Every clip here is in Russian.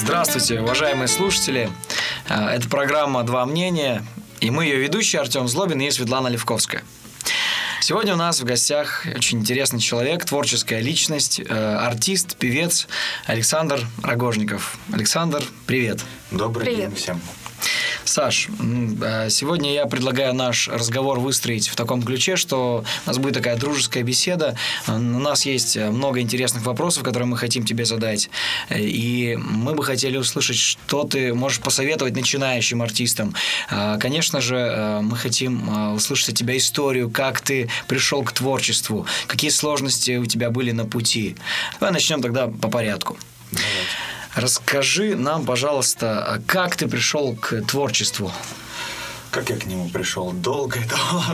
Здравствуйте, уважаемые слушатели. Это программа «Два мнения», и мы ее ведущие Артем Злобин и Светлана Левковская. Сегодня у нас в гостях очень интересный человек, творческая личность, артист, певец Александр Рогожников. Александр, привет. Добрый день всем. Саш, сегодня я предлагаю наш разговор выстроить в таком ключе, что у нас будет такая дружеская беседа. У нас есть много интересных вопросов, которые мы хотим тебе задать. И мы бы хотели услышать, что ты можешь посоветовать начинающим артистам. Конечно же, мы хотим услышать от тебя историю, как ты пришел к творчеству, какие сложности у тебя были на пути. Давай начнем тогда по порядку. Давайте. Расскажи нам, пожалуйста, как ты пришел к творчеству? Как я к нему пришел? Долгой,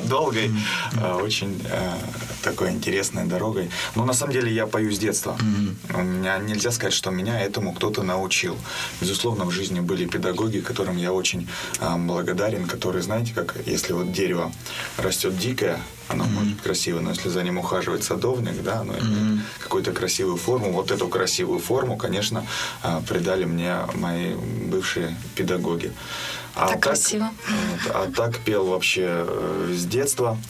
очень такой интересной дорогой. Но на самом деле я пою с детства. У меня нельзя сказать, что меня этому кто-то научил. Безусловно, в жизни были педагоги, которым я очень благодарен, которые, знаете, как если вот дерево растет дикое, оно может быть красиво, но если за ним ухаживает садовник, да, ну, какую-то красивую форму, вот эту красивую форму, конечно, придали мне мои бывшие педагоги. Так красиво. А так пел вообще с детства.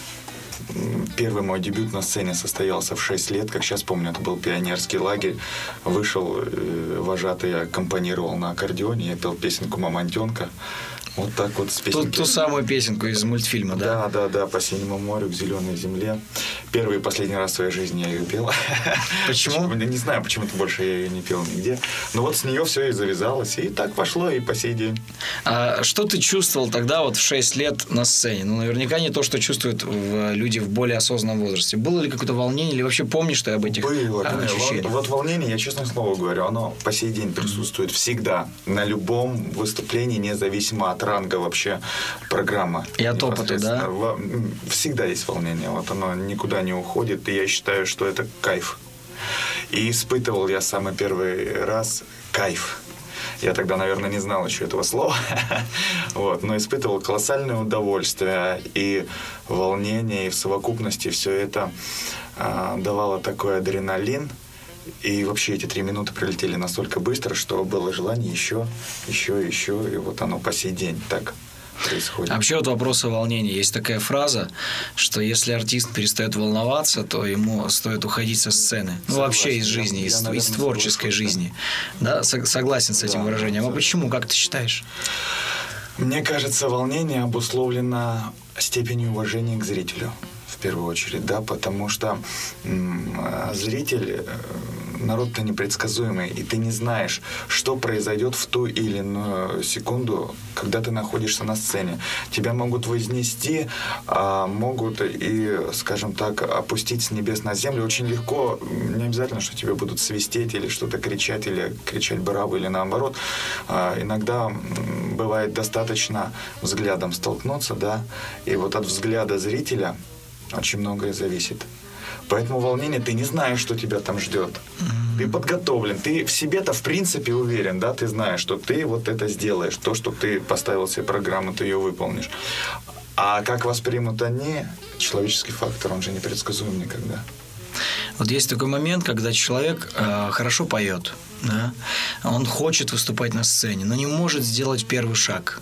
Первый мой дебют на сцене состоялся в 6 лет. Как сейчас помню, это был пионерский лагерь. Вышел вожатый, я аккомпанировал на аккордеоне. Я пел песенку «Мамонтенка». Вот так вот с песенки. Ту самую песенку из мультфильма, да? Да, «По синему морю, к зеленой земле». Первый и последний раз в своей жизни я ее пел. Почему? Не знаю, почему-то больше я ее не пел нигде. Но вот с нее все и завязалось. И так пошло и по сей день. А что ты чувствовал тогда вот в 6 лет на сцене? Ну, наверняка не то, что чувствуют люди в более осознанном возрасте. Было ли какое-то волнение? Или вообще помнишь ты об этих ощущениях? Вот волнение, я честное слово говорю, оно по сей день присутствует всегда. На любом выступлении, независимо от ранга вообще программы. И от опыта, да? Всегда есть волнение. Вот оно никуда не уходит. И я считаю, что это кайф. И испытывал я самый первый раз кайф. Я тогда, наверное, не знал еще этого слова. Вот. Но испытывал колоссальное удовольствие и волнение. И в совокупности все это давало такой адреналин. И вообще эти 3 минуты пролетели настолько быстро, что было желание еще. И вот оно по сей день так происходит. А вообще вот вопрос о волнении. Есть такая фраза, что если артист перестает волноваться, то ему стоит уходить со сцены. Ну, вообще из жизни, из творческой жизни. Да, согласен с этим выражением. А почему, как ты считаешь? Мне кажется, волнение обусловлено степенью уважения к зрителю. В первую очередь, да, потому что зритель, народ-то непредсказуемый, и ты не знаешь, что произойдет в ту или иную секунду, когда ты находишься на сцене. Тебя могут вознести, могут и, скажем так, опустить с небес на землю. Очень легко, не обязательно, что тебе будут свистеть или что-то кричать, или кричать браво, или наоборот. Иногда бывает достаточно взглядом столкнуться, да, и вот от взгляда зрителя очень многое зависит. Поэтому волнение, ты не знаешь, что тебя там ждет. Ты подготовлен, ты в себе-то в принципе уверен, да, ты знаешь, что ты вот это сделаешь, то, что ты поставил себе программу, ты ее выполнишь. А как воспримут они, человеческий фактор, он же непредсказуем никогда. Вот есть такой момент, когда человек хорошо поет, да? Он хочет выступать на сцене, но не может сделать первый шаг.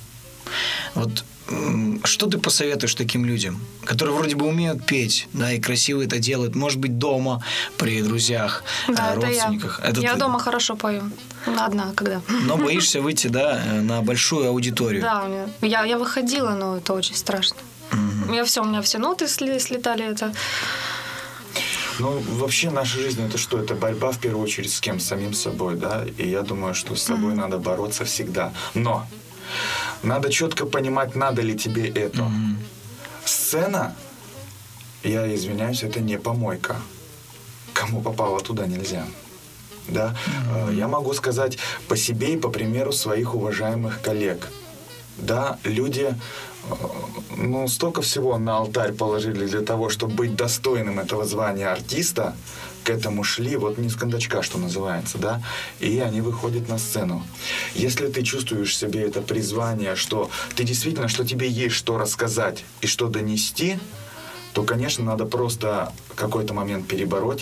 Вот что ты посоветуешь таким людям, которые вроде бы умеют петь, да, и красиво это делают, может быть, дома, при друзьях, да, родственниках? Это я дома хорошо пою. Одна, когда. Но боишься выйти, да, на большую аудиторию. Да, я выходила, но это очень страшно. У меня все ноты слетали. Это... Ну, вообще наша жизнь — это что? Это борьба, в первую очередь, с кем? С самим собой, да? И я думаю, что с собой надо бороться всегда. Но надо четко понимать, надо ли тебе это. Сцена, я извиняюсь, это не помойка. Кому попало, туда нельзя. Да? Я могу сказать по себе и по примеру своих уважаемых коллег. Да, люди, столько всего на алтарь положили для того, чтобы быть достойным этого звания артиста, к этому шли, вот не с кондачка, что называется, да, и они выходят на сцену. Если ты чувствуешь в себе это призвание, что ты действительно, что тебе есть что рассказать и что донести, то, конечно, надо просто какой-то момент перебороть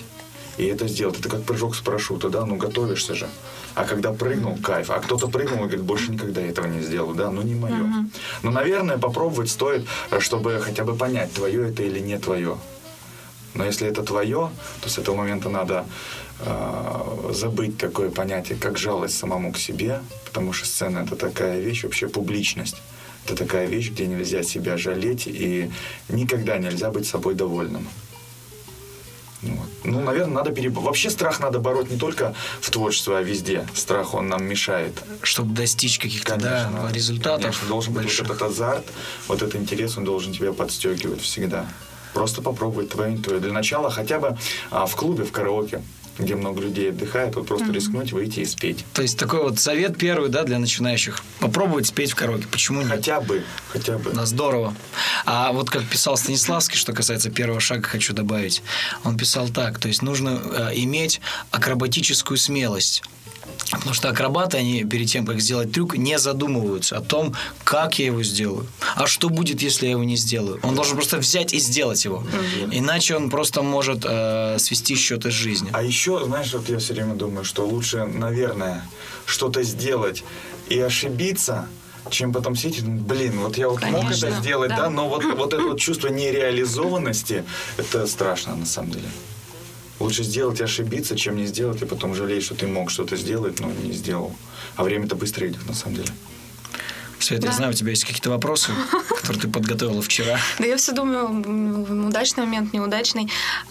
и это сделать. Это как прыжок с парашюта, да, ну готовишься же. А когда прыгнул, кайф. А кто-то прыгнул и говорит, больше никогда этого не сделаю, да, ну не мое. Но, наверное, попробовать стоит, чтобы хотя бы понять, твое это или не твое. Но если это твое, то с этого момента надо забыть такое понятие, как жалость самому к себе, потому что сцена — это такая вещь, вообще публичность. Это такая вещь, где нельзя себя жалеть и никогда нельзя быть собой довольным. Вот. Ну, наверное, надо вообще страх надо бороть не только в творчестве, а везде. Страх, он нам мешает. Чтобы достичь каких-то Конечно, результатов. Конечно, должен быть вот этот азарт, вот этот интерес, он должен тебя подстегивать всегда. Просто попробовать твое. Для начала хотя бы в клубе, в караоке, где много людей отдыхает, вот просто рискнуть, выйти и спеть. То есть такой вот совет первый, да, для начинающих. Попробовать спеть в караоке. Почему нет? Хотя бы. Да, здорово. А вот как писал Станиславский, что касается первого шага, хочу добавить. Он писал так, то есть нужно иметь акробатическую смелость. Потому что акробаты, они перед тем, как сделать трюк, не задумываются о том, как я его сделаю. А что будет, если я его не сделаю? Он должен просто взять и сделать его. Иначе он просто может свести счеты с жизнью. А еще, знаешь, вот я все время думаю, что лучше, наверное, что-то сделать и ошибиться, чем потом сидеть и думать, блин, вот я вот мог это сделать, да, но вот это вот чувство нереализованности, это страшно на самом деле. Лучше сделать и ошибиться, чем не сделать, и потом жалеть, что ты мог что-то сделать, но не сделал. А время-то быстро идет, на самом деле. Света, я знаю, у тебя есть какие-то вопросы, которые ты подготовила вчера. Да я все думаю, удачный момент, неудачный.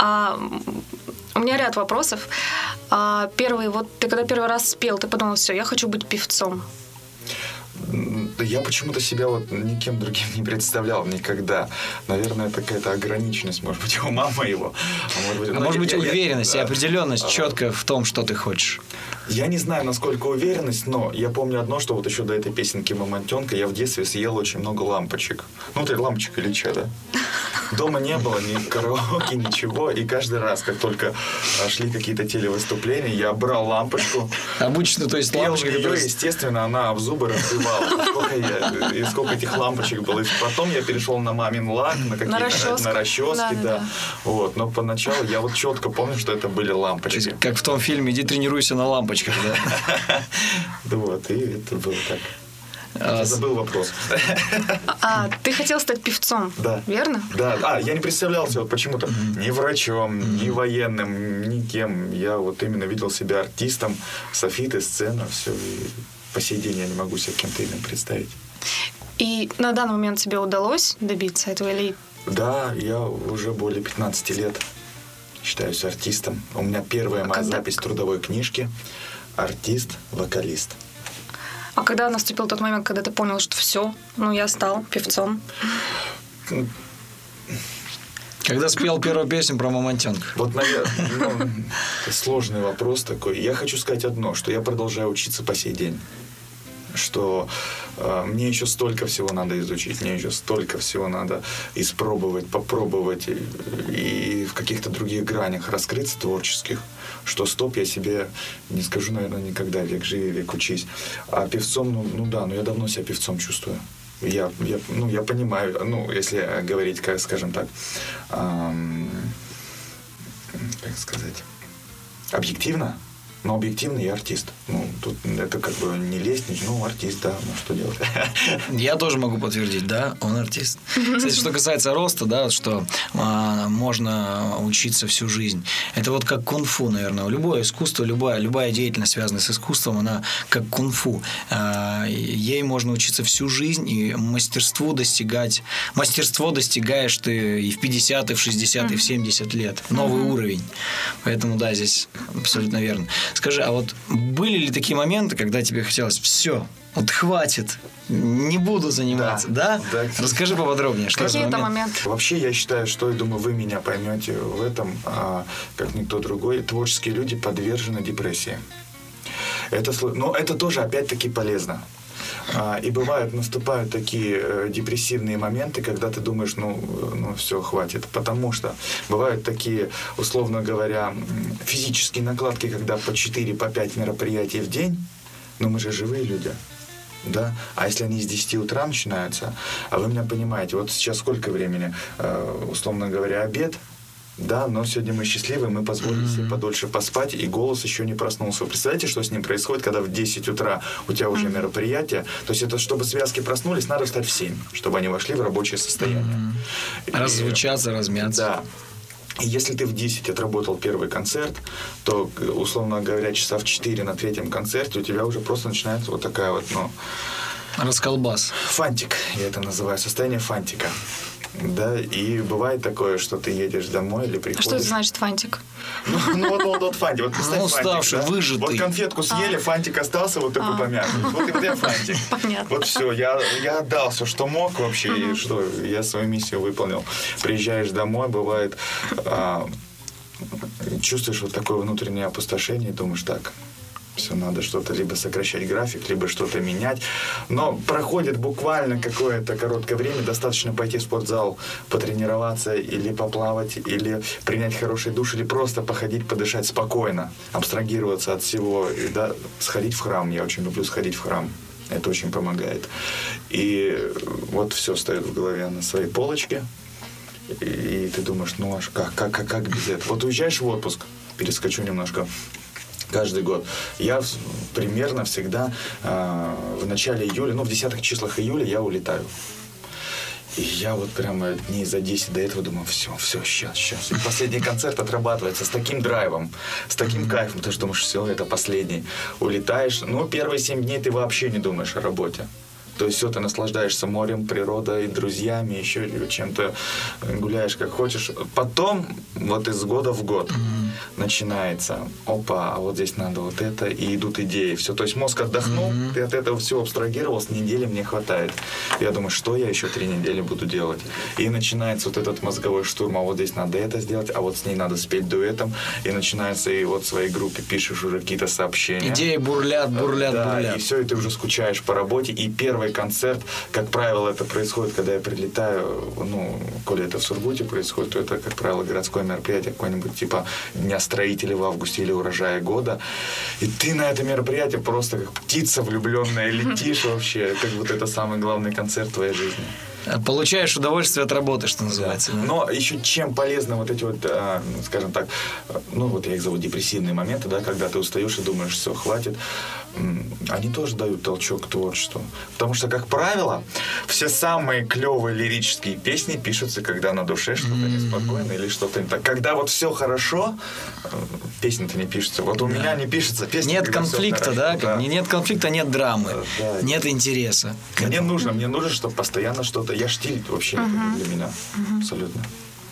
У меня ряд вопросов. Первый, вот ты когда первый раз спел, ты подумал, все, я хочу быть певцом. Я почему-то себя вот никем другим не представлял никогда. Наверное, это какая-то ограниченность, может быть, ума моего. Может быть, уверенность и определенность четко в том, что ты хочешь. Я не знаю, насколько уверенность, но я помню одно, что вот еще до этой песенки «Мамонтенка» я в детстве съел очень много лампочек. Ну, ты лампочек Ильича, да? Дома не было ни караоке, ничего. И каждый раз, как только шли какие-то телевыступления, я брал лампочку. Обычно, то есть лампочка, которая, естественно, она об зубы разбивала. Сколько этих лампочек было. И потом я перешел на мамин лак, на расчески, да. Вот. Но поначалу я вот четко помню, что это были лампочки. То есть, как в том фильме «Иди тренируйся на лампочках», да? Да вот, и это было так. Я забыл вопрос. Ты хотел стать певцом, да. Верно? Да. Я не представлялся вот почему-то ни врачом, ни военным, ни кем. Я вот именно видел себя артистом, софиты, сцена, все. И по сей день я не могу себе кем-то именно представить. И на данный момент тебе удалось добиться этого или... Да, я уже более 15 лет считаюсь артистом. У меня первая моя запись трудовой книжки «Артист, вокалист». А когда наступил тот момент, когда ты понял, что все, я стал певцом? Когда спел первую песню про мамонтенка? Вот, наверное, сложный вопрос такой. Я хочу сказать одно, что я продолжаю учиться по сей день. Что мне еще столько всего надо изучить, мне еще столько всего надо испробовать, попробовать и в каких-то других гранях раскрыться творческих, что стоп, я себе не скажу, наверное, никогда, век живи, век учись. А певцом, я давно себя певцом чувствую. Я понимаю, если говорить, скажем так, как сказать, объективно, но объективно я артист. Тут это как бы не лезть, артист, да, что делать. Я тоже могу подтвердить, да, он артист. Кстати, что касается роста, да, что можно учиться всю жизнь. Это вот как кунг-фу, наверное. Любое искусство, любая деятельность, связанная с искусством, она как кунг-фу. Ей можно учиться всю жизнь, и мастерство достигаешь ты и в 50, и в 60, и в 70 лет. Новый уровень. Поэтому, да, здесь абсолютно верно. Скажи, а вот были ли такие моменты, когда тебе хотелось все, вот хватит, не буду заниматься, да? Да. Расскажи поподробнее, что какие за это момент? моменты? Вообще, я считаю, что, я думаю, вы меня поймете в этом, как никто другой, творческие люди подвержены депрессии. Это тоже, опять-таки, полезно. И наступают такие депрессивные моменты, когда ты думаешь, все, хватит. Потому что бывают такие, условно говоря, физические накладки, когда по 4-5 мероприятий в день, но мы же живые люди. Да? А если они с 10 утра начинаются, а вы меня понимаете, вот сейчас сколько времени, условно говоря, обед, Да, но сегодня мы счастливы, мы позволили себе подольше поспать, и голос еще не проснулся. Вы представляете, что с ним происходит, когда в 10 утра у тебя уже мероприятие? То есть это, чтобы связки проснулись, надо встать в 7, чтобы они вошли в рабочее состояние. Раззвучаться, размяться. Да. И если ты в 10 отработал первый концерт, то, условно говоря, часа в 4 на третьем концерте у тебя уже просто начинается вот такая вот, расколбас. Фантик, я это называю, состояние фантика. Да, и бывает такое, что ты едешь домой или приходишь... Что это значит фантик? Вот фантик. Вот представь уставший, фантик, да? выжатый. Вот конфетку съели, фантик остался вот такой помятый. Вот и где фантик. Понятно. Вот все, я отдал все, что мог вообще, и что я свою миссию выполнил. Приезжаешь домой, бывает, чувствуешь вот такое внутреннее опустошение и думаешь, так... Все, надо что-то либо сокращать график, либо что-то менять. Но проходит буквально какое-то короткое время. Достаточно пойти в спортзал, потренироваться или поплавать, или принять хороший душ, или просто походить, подышать спокойно, абстрагироваться от всего. И, да, сходить в храм. Я очень люблю сходить в храм. Это очень помогает. И вот все встает в голове на своей полочке. И ты думаешь, ну аж как без этого? Вот уезжаешь в отпуск, перескочу немножко, каждый год. Я примерно всегда в начале июля, в 10-х числах июля я улетаю. И я вот прямо дней за 10 до этого думаю, все, сейчас. И последний концерт отрабатывается с таким драйвом, с таким кайфом. Ты же думаешь, все, это последний. Улетаешь. Первые 7 дней ты вообще не думаешь о работе. То есть все, ты наслаждаешься морем, природой, друзьями, еще чем-то, гуляешь как хочешь. Потом, вот из года в год начинается, опа, а вот здесь надо вот это, и идут идеи. Все, то есть мозг отдохнул, ты от этого всего абстрагировался, недели мне хватает. Я думаю, что я еще 3 недели буду делать? И начинается вот этот мозговой штурм, а вот здесь надо это сделать, а вот с ней надо спеть дуэтом. И начинается, и вот в своей группе пишешь уже какие-то сообщения. Идеи бурлят. И все, и ты уже скучаешь по работе, и первый концерт, как правило, это происходит, когда я прилетаю, коли это в Сургуте происходит, то это, как правило, городское мероприятие, какое-нибудь типа Дня строителей в августе или урожая года. И ты на это мероприятие просто как птица влюбленная летишь вообще, как будто это самый главный концерт в твоей жизни. Получаешь удовольствие от работы, что называется. Да. Но еще чем полезны вот эти вот, скажем так, вот я их зову депрессивные моменты, да, когда ты устаешь и думаешь, все, хватит, они тоже дают толчок к творчеству. Потому что, как правило, все самые клевые лирические песни пишутся, когда на душе что-то неспокойно или что-то не так. Когда вот все хорошо, песни-то не пишутся. Вот у меня не пишется песня. Нет конфликта, да? Нет конфликта, нет драмы, нет интереса. Мне нужно, чтобы постоянно что-то. Я штиль вообще для меня. Абсолютно.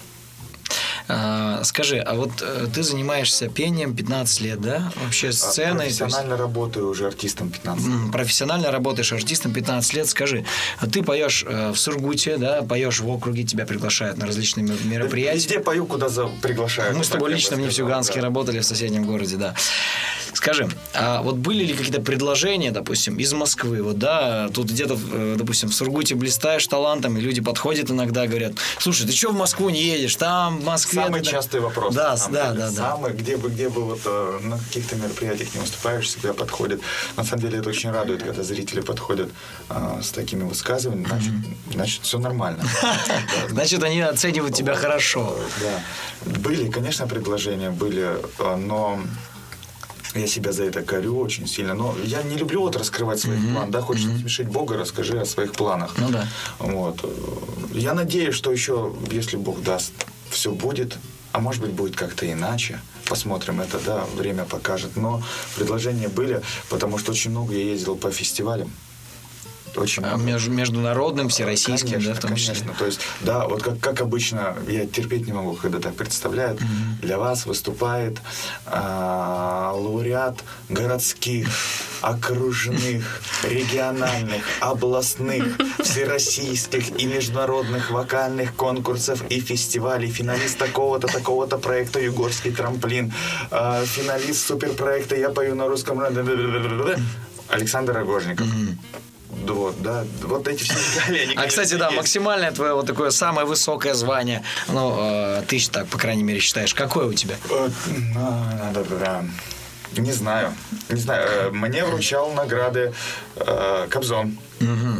Скажи, а вот ты занимаешься пением 15 лет, да? Вообще сценой. Профессионально работаю уже артистом 15 лет. Профессионально работаешь артистом 15 лет. Скажи, а ты поешь в Сургуте, да? Поешь в округе, тебя приглашают на различные мероприятия. Везде пою, куда приглашают. Мы с тобой лично в Нефтьюганске работали в соседнем городе, да. Скажи, а вот были ли какие-то предложения, допустим, из Москвы, вот, да, тут где-то, допустим, в Сургуте блистаешь талантом, и люди подходят иногда, говорят, слушай, ты что в Москву не едешь, там в Москве... Самый частый вопрос. Да. Самый, где бы вот на каких-то мероприятиях не выступаешь, всегда подходят. На самом деле это очень радует, когда зрители подходят с такими высказываниями, значит, все нормально. Значит, они оценивают тебя хорошо. Да. Были, конечно, предложения, но... Я себя за это корю очень сильно. Но я не люблю раскрывать своих планов. Да, хочешь смешить Бога, расскажи о своих планах. Ну да. Вот. Я надеюсь, что еще, если Бог даст, все будет. А может быть, будет как-то иначе. Посмотрим, это, да, время покажет. Но предложения были, потому что очень много я ездил по фестивалям. Очень международным, всероссийским, конечно, да, в том числе. Конечно, то есть, да, вот как обычно, я терпеть не могу, когда так представляют, для вас выступает лауреат городских, окружных, региональных, областных, всероссийских и международных вокальных конкурсов и фестивалей, финалист такого-то проекта «Югорский трамплин», финалист суперпроекта «Я пою на русском», Александр Рогожников. Вот эти все детали. А, кстати, да, максимальное твое вот такое самое высокое звание, ты так, по крайней мере, считаешь, какое у тебя? Не знаю. Мне вручал награды Кобзон.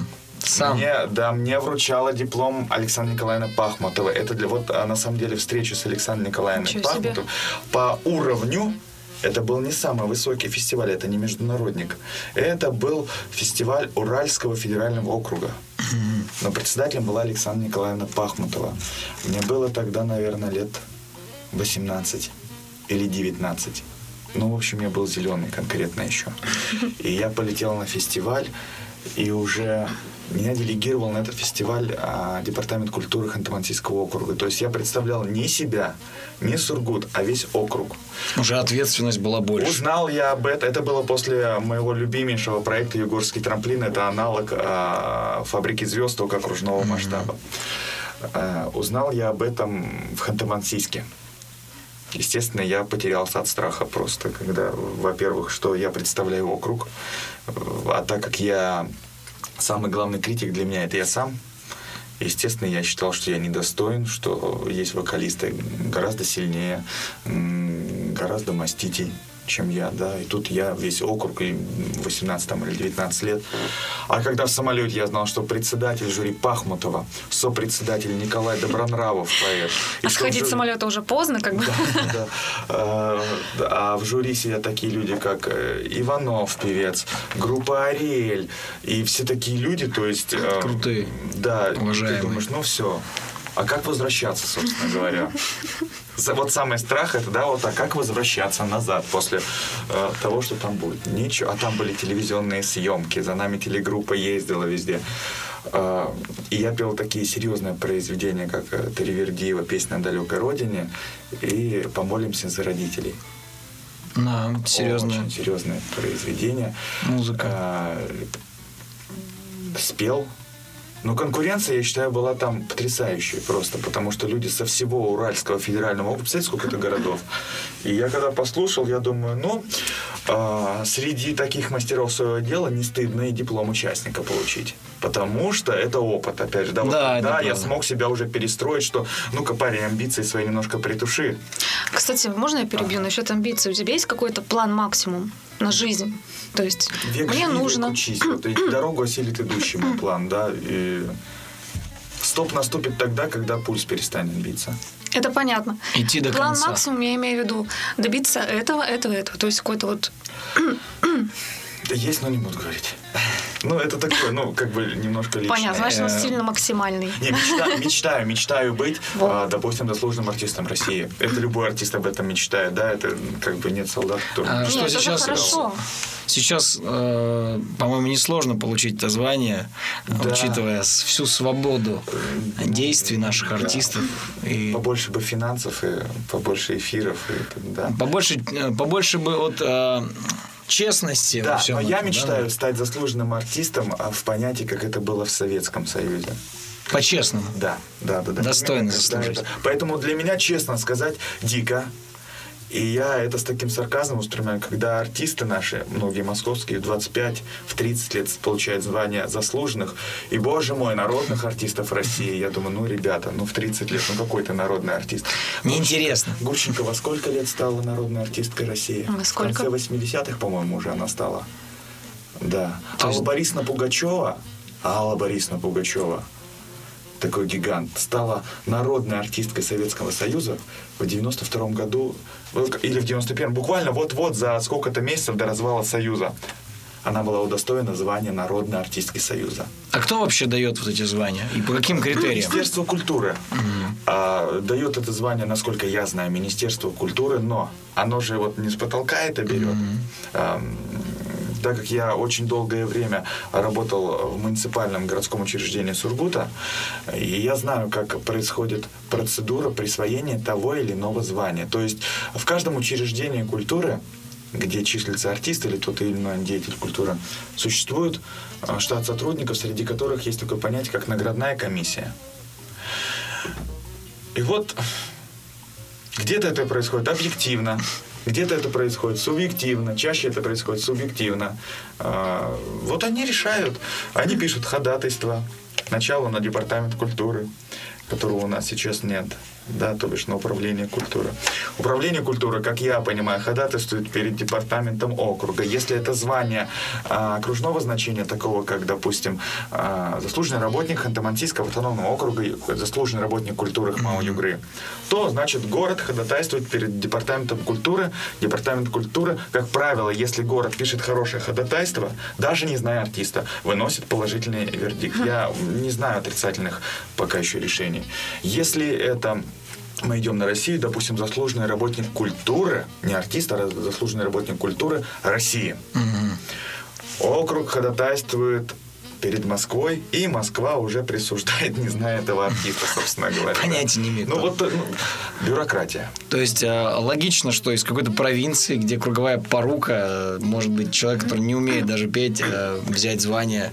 Сам? Мне вручала диплом Александра Николаевна Пахмутова. Это на самом деле встреча с Александрой Николаевной Пахмутовой. По уровню это был не самый высокий фестиваль, это не международник. Это был фестиваль Уральского федерального округа. Но председателем была Александра Николаевна Пахмутова. Мне было тогда, наверное, лет 18 или 19. В общем, я был зеленый конкретно еще. И я полетел на фестиваль, и уже меня делегировал на этот фестиваль Департамент культуры Ханты-Мансийского округа. То есть я представлял не себя, не Сургут, а весь округ. Уже ответственность была больше. Узнал я об этом. Это было после моего любимейшего проекта «Югорский трамплин». Это аналог «Фабрики звезд» только окружного масштаба. Узнал я об этом в Ханты-Мансийске. Естественно, я потерялся от страха просто, когда, во-первых, что я представляю округ, а так как я самый главный критик для меня, это я сам, естественно, я считал, что я недостоин, что есть вокалисты гораздо сильнее, гораздо маститей, чем я, да, и тут я весь округ, и 18 или 19 лет. А когда в самолете я знал, что председатель жюри Пахмутова, сопредседатель Николай Добронравов, поэт. А сходить с самолета уже поздно, как бы. Да. А в жюри сидят такие люди, как Иванов, певец, группа «Ариэль», и все такие люди, то есть... Крутые, да, уважаемые. Ты думаешь, все. А как возвращаться, собственно говоря? Вот самый страх это, да, а как возвращаться назад после того, что там будет? Ничего. А там были телевизионные съемки, за нами телегруппа ездила везде. И я пел такие серьезные произведения, как Таривердиева «Песня о далекой родине» и «Помолимся за родителей». Да, серьезное. Очень серьезное произведение. Музыка. Спел. Но конкуренция, я считаю, была там потрясающая просто, потому что люди со всего Уральского федерального округа, представляете, сколько это городов. И я когда послушал, я думаю, среди таких мастеров своего дела не стыдно и диплом участника получить. Потому что это опыт, опять же. Да, я смог себя уже перестроить, что, ну-ка, парень, амбиции свои немножко притуши. Кстати, можно я перебью насчет амбиций? У тебя есть какой-то план максимум на жизнь? То есть век мне живи, нужно... Век учись. Дорогу осилит идущий мой план, да. И стоп наступит тогда, когда пульс перестанет биться. Это понятно. Идти до план конца. Максимум, я имею в виду добиться этого. То есть какой-то вот... Да есть, но не буду говорить. Это такое, немножко личное. Понятно, значит, он сильно максимальный. Не, мечтаю быть, допустим, заслуженным артистом России. Это любой артист об этом мечтает, да, это нет солдат, который... Что сейчас? Хорошо. Сейчас, по-моему, несложно получить это звание, учитывая всю свободу действий наших артистов. И... Побольше бы финансов, и побольше эфиров. Да. Побольше бы честности. Да, но я мечтаю стать заслуженным артистом в понятии, как это было в Советском Союзе. По-честному. Да. Достойно заслужить. Поэтому для меня, честно сказать, дико. И я это с таким сарказмом воспринимаю, когда артисты наши, многие московские, в 25, в 30 лет получают звание заслуженных. И, боже мой, народных артистов России. Я думаю, ребята, в 30 лет, какой ты народный артист? Неинтересно. Гурченко во сколько лет стала народной артисткой России? Сколько? В конце 80-х, по-моему, уже она стала. Да. Алла Борисовна Пугачева, такой гигант, стала народной артисткой Советского Союза в 92-м году, или в 91-м, буквально вот-вот за сколько-то месяцев до развала Союза. Она была удостоена звания народной артистки Союза. А кто вообще дает вот эти звания? И по каким критериям? Министерство культуры. Дает это звание, насколько я знаю, Министерство культуры, но оно же не с потолка это берет. Так как я очень долгое время работал в муниципальном городском учреждении Сургута, и я знаю, как происходит процедура присвоения того или иного звания. То есть в каждом учреждении культуры, где числится артист или тот или иной деятель культуры, существует штат сотрудников, среди которых есть такое понятие, как наградная комиссия. И где-то это происходит объективно, где-то это происходит субъективно, чаще это происходит субъективно. Они решают, они пишут ходатайство, начало на департамент культуры, которого у нас сейчас нет. да, то бишь на управление культурой. Управление культурой, как я понимаю, ходатайствует перед департаментом округа. Если это звание окружного значения, такого как, допустим, заслуженный работник Ханты-Мансийского автономного округа, заслуженный работник культуры Хмао-Югры, то, значит, город ходатайствует перед департаментом культуры. Департамент культуры, как правило, если город пишет хорошее ходатайство, даже не зная артиста, выносит положительный вердикт. Я не знаю отрицательных пока еще решений. Если это мы идем на Россию, допустим, заслуженный работник культуры, не артист, а заслуженный работник культуры России. Округ ходатайствует перед Москвой, и Москва уже присуждает, не зная этого артиста, собственно говоря. Понятия не имеет. Бюрократия. То есть логично, что из какой-то провинции, где круговая порука, может быть, человек, который не умеет даже петь, взять звание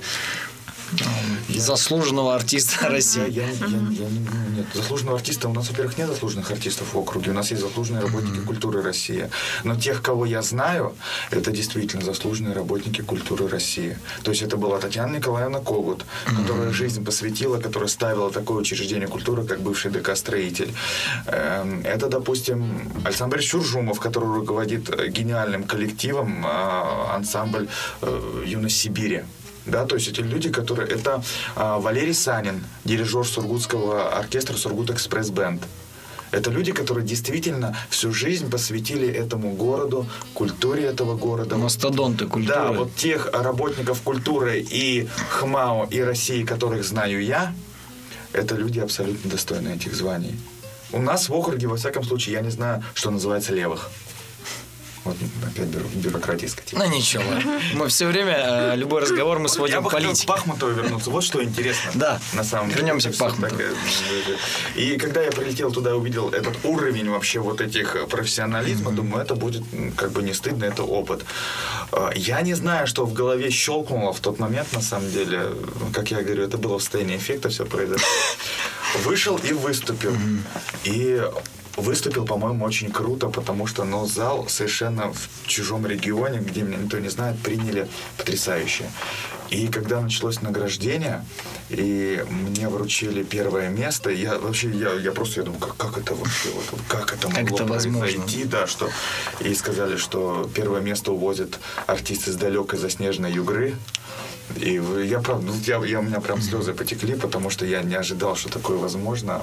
заслуженного артиста России. Нет, заслуженного артиста у нас, во-первых, нет заслуженных артистов в округе. У нас есть заслуженные работники культуры России. Но тех, кого я знаю, это действительно заслуженные работники культуры России. То есть это была Татьяна Николаевна Когут, которая жизнь посвятила, которая ставила такое учреждение культуры, как бывший ДК-строитель. Это, допустим, Александр Чуржумов, который руководит гениальным коллективом ансамбль «Юность Сибири». Да, то есть эти люди, которые... Это Валерий Санин, дирижер сургутского оркестра «Сургут-экспресс-бенд». Это люди, которые действительно всю жизнь посвятили этому городу, культуре этого города. Мастодонты культуры. Да, вот тех работников культуры и ХМАО, и России, которых знаю я, это люди абсолютно достойны этих званий. У нас в округе, во всяком случае, я не знаю, что называется левых. Вот опять бюрократическая тема. Ну ничего. Мы все время, любой разговор мы сводим к политике. Я бы хотел к Пахмутову вернуться. Вот что интересно. Да, на самом деле. Вернемся к Пахмутову. И когда я прилетел туда и увидел этот уровень вообще вот этих профессионализма, думаю, это будет как бы не стыдно, это опыт. Я не знаю, что в голове щелкнуло в тот момент, на самом деле. Как я говорю, это было в состоянии эффекта все произошло. Вышел и выступил. И выступил, по-моему, очень круто, потому что, зал совершенно в чужом регионе, где меня никто не знает, приняли потрясающе. И когда началось награждение, и мне вручили первое место, я думаю, как это вообще, как это могло произойти, да, что... И сказали, что первое место увозит артист из далекой заснеженной Югры. И я, правда, у меня прям слезы потекли, потому что я не ожидал, что такое возможно.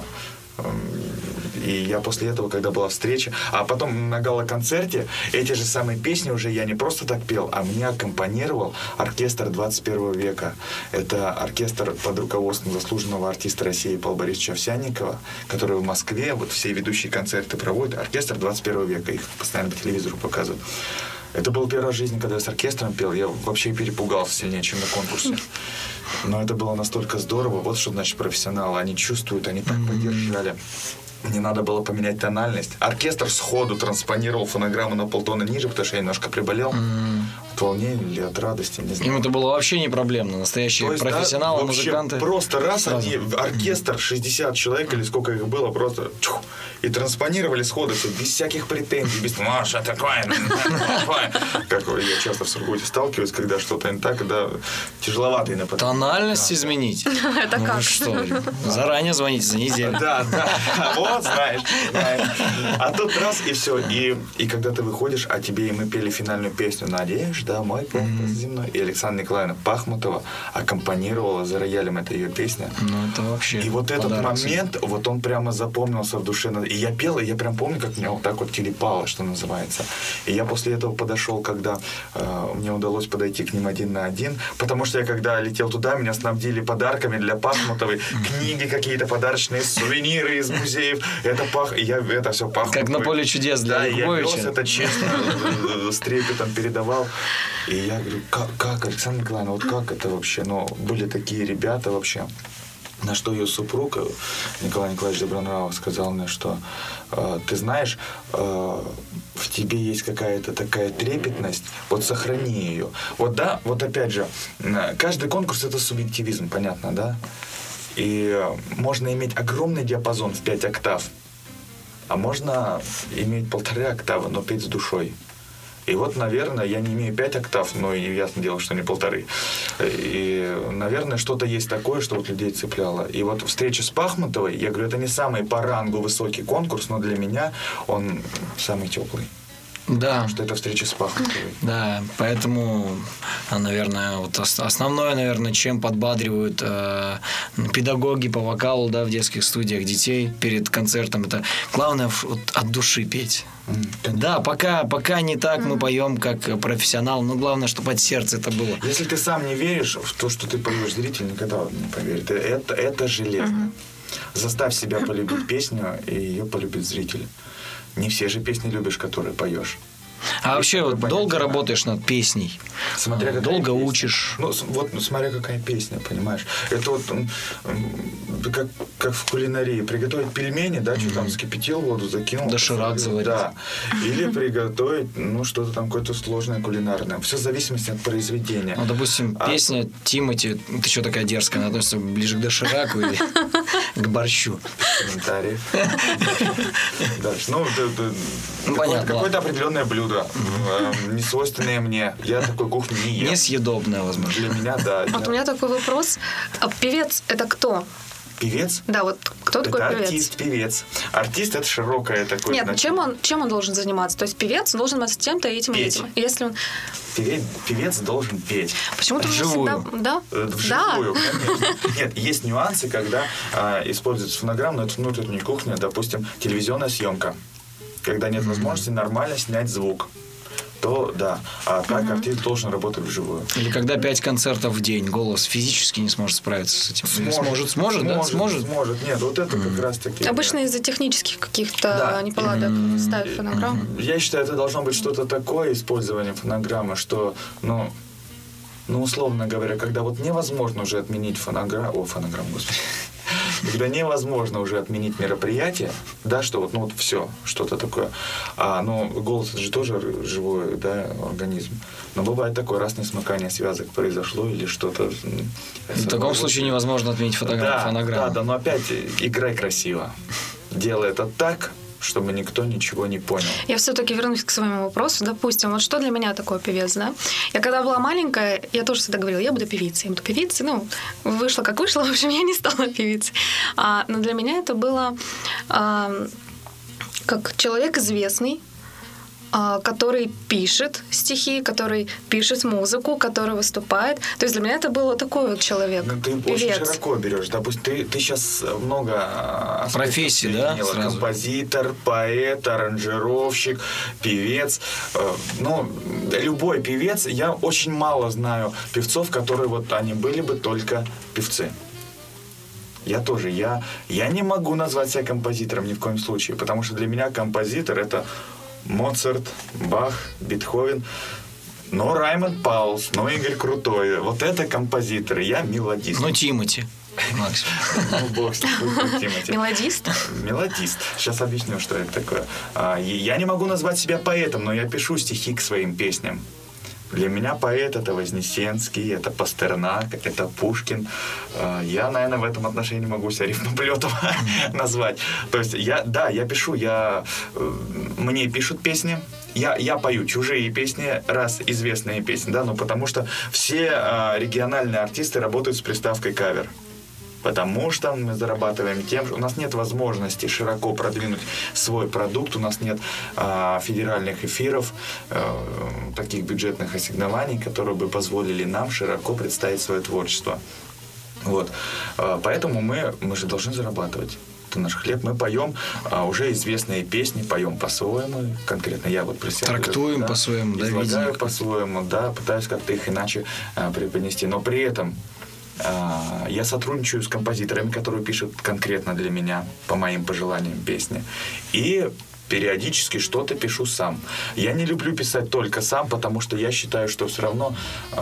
И я после этого, когда была встреча, а потом на гала-концерте эти же самые песни уже я не просто так пел, а мне аккомпанировал оркестр 21 века. Это оркестр под руководством заслуженного артиста России Павла Борисовича Овсянникова, который в Москве, вот все ведущие концерты проводят. Оркестр 21 века, их постоянно по телевизору показывают. Это был первый раз в жизни, когда я с оркестром пел. Я вообще перепугался сильнее, чем на конкурсе. Но это было настолько здорово. Вот что значит профессионалы. Они чувствуют, они так поддержали. Мне надо было поменять тональность. Оркестр сходу транспонировал фонограмму на полтона ниже, потому что я немножко приболел. От волнения или от радости, не знаю. Им это было вообще не проблемно. Настоящие профессионалы, да, музыканты. Просто раз они, оркестр, 60 человек или сколько их было, просто и транспонировали сходу все, без всяких претензий, без что такое? Как я часто в Сургуте сталкиваюсь, когда что-то не так, когда тяжеловато иногда. Тональность изменить? Это как? Что? Заранее звоните за неделю. Да. Вот, знаешь. А тут раз, и все. И когда ты выходишь, а тебе и мы пели финальную песню «Надежда, мой компас земной». И Александра Николаевна Пахмутова аккомпанировала за роялем, это ее песня. Ну, это вообще и вот этот момент, вот он прямо запомнился в душе. И я пел, и я прям помню, как меня вот так вот телепало, что называется. И я после этого подошел, когда мне удалось подойти к ним 1 на 1, потому что я, когда летел туда, меня снабдили подарками для Пахмутовой, книги какие-то подарочные, сувениры из музеев. Это все Пахмутовой. Как на поле чудес для Якубовича. Да, я вез это честно, с трепетом передавал. И я говорю, как, Александра Николаевна, вот как это вообще? Были такие ребята вообще. На что ее супруг, Николай Николаевич Добронравов, сказал мне, что ты знаешь, в тебе есть какая-то такая трепетность, вот сохрани ее. Вот да, вот опять же, каждый конкурс — это субъективизм, понятно, да? И можно иметь огромный диапазон в 5 октав, а можно иметь 1,5 октавы, но петь с душой. И вот, наверное, я не имею 5 октав, но и ясно дело, что не 1,5. И, наверное, что-то есть такое, что вот людей цепляло. И вот встреча с Пахмутовой, я говорю, это не самый по рангу высокий конкурс, но для меня он самый теплый. Да. Потому что это встреча с Пахмутовой. Да, поэтому, наверное, вот основное, наверное, чем подбадривают педагоги по вокалу, да, в детских студиях детей перед концертом, это главное вот от души петь. Да, пока не так мы поем, как профессионал, но главное, чтобы от сердца это было. Если ты сам не веришь в то, что ты поешь, зритель никогда не поверит. Это железно. Заставь себя полюбить песню, и ее полюбит зритель. Не все же песни любишь, которые поешь. А вообще, вот долго работаешь над песней? Смотря долго песня. учишь? Смотря какая песня, понимаешь. Это вот как в кулинарии. Приготовить пельмени, да, что там, вскипятил воду, закинул. Доширак заварить. Да. Или приготовить, что-то там какое-то сложное кулинарное. Все в зависимости от произведения. Ну, допустим, песня Тимати, ты что такая дерзкая, она относится ближе к дошираку или к борщу? Комментарии. Дальше. Понятно. Какое-то определенное блюдо, не свойственное мне. Я такой кухни не ем. Несъедобное, возможно. Для меня, да. Вот у меня такой вопрос. А певец — это кто? Певец? Да, вот кто такой это певец? Артист, певец. Артист — это широкое такое Нет, значение. чем он должен заниматься? То есть певец должен заниматься тем-то, этим, и Петь. этим. Если он... Певец должен петь. Почему-то уже Вживую. всегда... Да? Вживую, конечно. Нет, есть нюансы, когда используется фонограмма, но это не кухня, допустим, телевизионная съемка. Когда нет возможности нормально снять звук, то да. А так артист должен работать вживую. Или когда 5 концертов в день, голос физически не сможет справиться с этим. Сможет, да? Сможет. Нет, вот это как раз таки... Обычно из-за технических каких-то неполадок ставят фонограмму. Я считаю, это должно быть что-то такое, использование фонограммы, что, условно говоря, когда вот невозможно уже отменить фонограмму, господи, когда невозможно уже отменить мероприятие, да, что вот все, что-то такое. Голос — это же тоже живой, да, организм. Но бывает такое, раз несмыкание связок произошло или что-то... В таком случае невозможно отменить фонограмму. Да, но опять играй красиво. Делай это так, чтобы никто ничего не понял. Я все-таки вернусь к своему вопросу. Допустим, вот что для меня такое певец, да? Я когда была маленькая, я тоже всегда говорила, я буду певицей. Вышло как вышло, в общем, я не стала певицей. Но для меня это было как человек известный, который пишет стихи, который пишет музыку, который выступает. То есть для меня это был такой вот человек. Ты певец. очень широко берешь. Допустим, ты сейчас много профессий, да, сразу? Композитор, поэт, аранжировщик, певец. Любой певец. Я очень мало знаю певцов, которые вот они были бы только певцы. Я тоже. Я не могу назвать себя композитором ни в коем случае, потому что для меня композитор — это Моцарт, Бах, Бетховен, но Раймонд Паулс, но Игорь Крутой. Вот это композиторы, я мелодист. Тимати. Максим. Бог с ним, Тимати. Мелодист? Мелодист. Сейчас объясню, что это такое. Я не могу назвать себя поэтом, но я пишу стихи к своим песням. Для меня поэт — это Вознесенский, это Пастернак, это Пушкин. Я, наверное, в этом отношении могу себя рифмоплетом назвать. То есть я пишу, мне пишут песни, я пою чужие песни, раз известные песни, да, потому что все региональные артисты работают с приставкой «кавер». Потому что мы зарабатываем тем, что у нас нет возможности широко продвинуть свой продукт, у нас нет федеральных эфиров, таких бюджетных ассигнований, которые бы позволили нам широко представить свое творчество. Вот. Поэтому мы же должны зарабатывать. Это наш хлеб. Мы поем уже известные песни, поем по-своему. Конкретно я вот про себя трактуем по-своему, да, излагаю по-своему, да, пытаюсь как-то их иначе преподнести. Но при этом я сотрудничаю с композиторами, которые пишут конкретно для меня, по моим пожеланиям, песни. И периодически что-то пишу сам. Я не люблю писать только сам, потому что я считаю, что все равно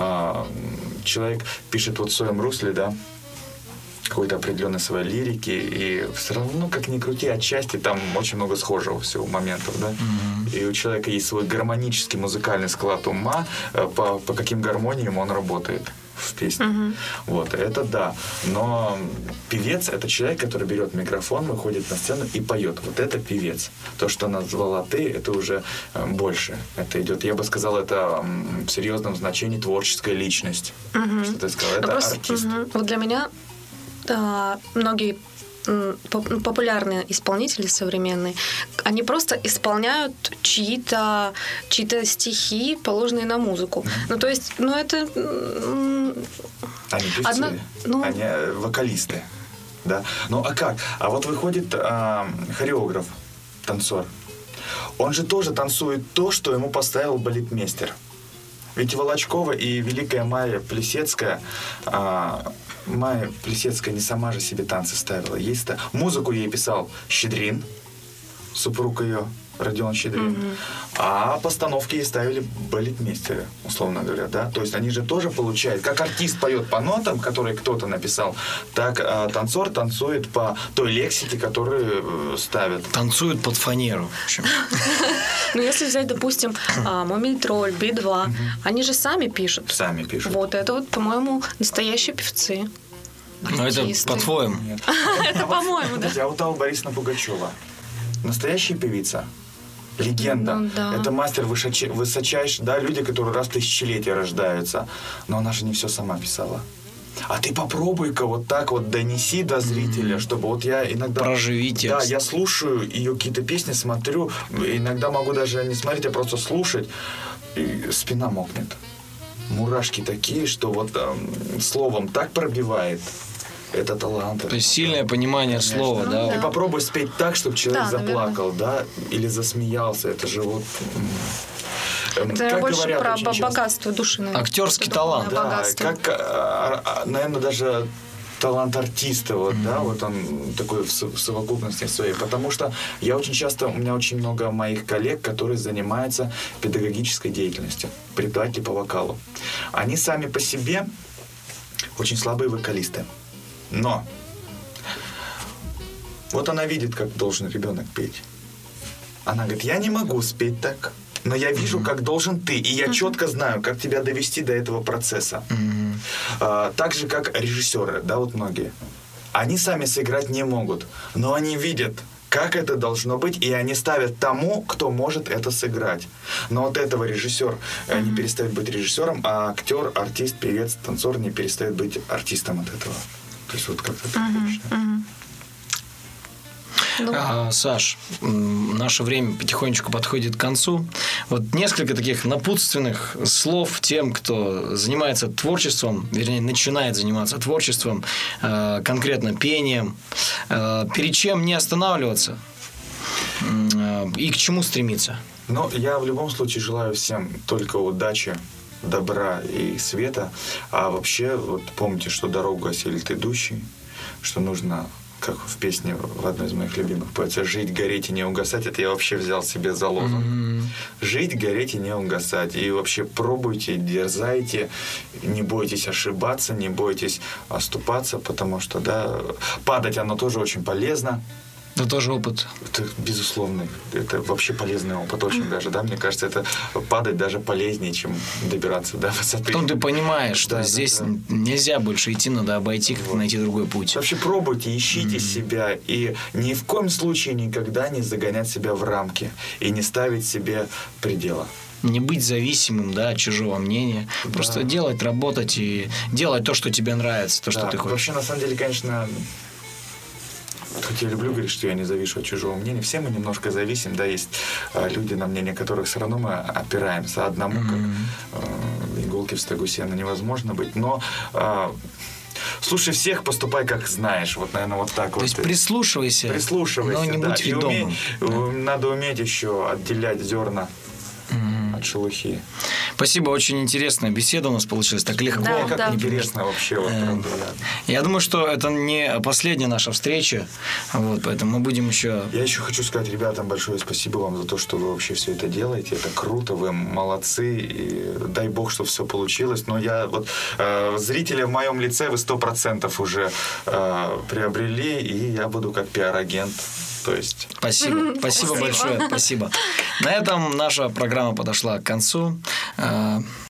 человек пишет вот в своем русле, да, какой-то определенной своей лирики, и все равно, как ни крути, отчасти там очень много схожего всего моментов, да. И у человека есть свой гармонический музыкальный склад ума, по каким гармониям он работает. в песне. Вот, это да. Но певец — это человек, который берет микрофон, выходит на сцену и поет. Вот это певец. То, что назвала ты, это уже больше. Это идет, я бы сказал, это в серьезном значении творческая личность. Что ты сказала, это артист. Вот для меня многие популярные исполнители современные, они просто исполняют чьи-то стихи, положенные на музыку. Ну, то есть, это... Они певцы, они вокалисты. Да? Ну, а как? А вот выходит хореограф, танцор. Он же тоже танцует то, что ему поставил балетмейстер. Ведь Волочкова и великая Майя Плисецкая... Майя Плисецкая не сама же себе танцы ставила. Музыку ей писал Щедрин, супруг ее, Родион Щедрин. А постановки ей ставили балетмейстеры, условно говоря, да. То есть они же тоже получают, как артист поет по нотам, которые кто-то написал, так танцор танцует по той лексике, которую ставят. Танцуют под фанеру. Ну, если взять, допустим, Мумий-тролль, Би-2, они же сами пишут. Сами пишут. Вот это вот, по-моему, настоящие певцы. Ну, это по-твоему. Это по-моему, да. А вот Алла Борисовна Пугачева. Настоящая певица. Легенда. Ну, да. Это мастер высочайший, да, люди, которые раз в тысячелетие рождаются. Но она же не все сама писала. А ты попробуй-ка вот так вот донеси до зрителя, чтобы вот я иногда... Проживи текст. Да, я слушаю ее какие-то песни, смотрю. Иногда могу даже не смотреть, а просто слушать. И спина мокнет. Мурашки такие, что вот словом так пробивает. Это талант. То есть сильное понимание слова, да? И попробуй спеть так, чтобы человек заплакал, наверное. да, или засмеялся. Это же вот... Это как больше говорят про богатство души, наверное. Актерский талант. Да, богатство. как, наверное, даже талант артиста, вот, да, вот он такой в совокупности своей. Потому что у меня очень много моих коллег, которые занимаются педагогической деятельностью, преподаватели по вокалу. Они сами по себе очень слабые вокалисты. Но вот она видит, как должен ребенок петь. Она говорит, я не могу спеть так, но я вижу, как должен ты, и я четко знаю, как тебя довести до этого процесса. Так же, как режиссеры, да, вот многие. Они сами сыграть не могут, но они видят, как это должно быть, и они ставят тому, кто может это сыграть. Но от этого режиссер не перестает быть режиссером, а актер, артист, певец, танцор не перестает быть артистом от этого. То есть вот как-то так точно. Саш, наше время потихонечку подходит к концу. Вот несколько таких напутственных слов тем, кто занимается творчеством, вернее, начинает заниматься творчеством, конкретно пением. Перед чем не останавливаться и к чему стремиться? Ну, я в любом случае желаю всем только удачи, добра и света. А вообще, вот помните, что дорогу осилит идущий, что нужно... Как в песне в одной из моих любимых поэзий, «Жить, гореть и не угасать», это я вообще взял себе за лозунг. Жить, гореть и не угасать. И вообще пробуйте, дерзайте, не бойтесь ошибаться, не бойтесь оступаться, потому что, да, падать оно тоже очень полезно. Это тоже опыт. Это безусловно. Это вообще полезный опыт очень даже, да. Мне кажется, это падать даже полезнее, чем добираться до высоты. Потом ты понимаешь, что здесь нельзя больше идти, надо обойти, как найти другой путь. Вообще пробуйте, ищите себя. И ни в коем случае никогда не загонять себя в рамки. И не ставить себе предела. Не быть зависимым, да, от чужого мнения. Да. Просто делать, работать и делать то, что тебе нравится, то, что ты хочешь. Вообще, на самом деле, конечно... Хоть я люблю говорить, что я не завишу от чужого мнения. Все мы немножко зависим, да, есть люди, на мнение которых все равно мы опираемся одному, как иголки в стогу сена невозможно быть. Но слушай всех, поступай как знаешь. Вот, наверное, вот так. То есть прислушивайся, но не будь ведомым. Надо уметь еще отделять зерна от шелухи. Спасибо, очень интересная беседа у нас получилась, так легко. Да, как интересно вообще. Вот, правда, я думаю, что это не последняя наша встреча, вот, поэтому мы будем еще... Я еще хочу сказать ребятам большое спасибо вам за то, что вы вообще все это делаете. Это круто, вы молодцы, и дай бог, что все получилось. Но я вот зрителя в моем лице вы 100% уже приобрели, и я буду как пиар-агент. То есть... Спасибо большое, спасибо. На этом наша программа подошла к концу.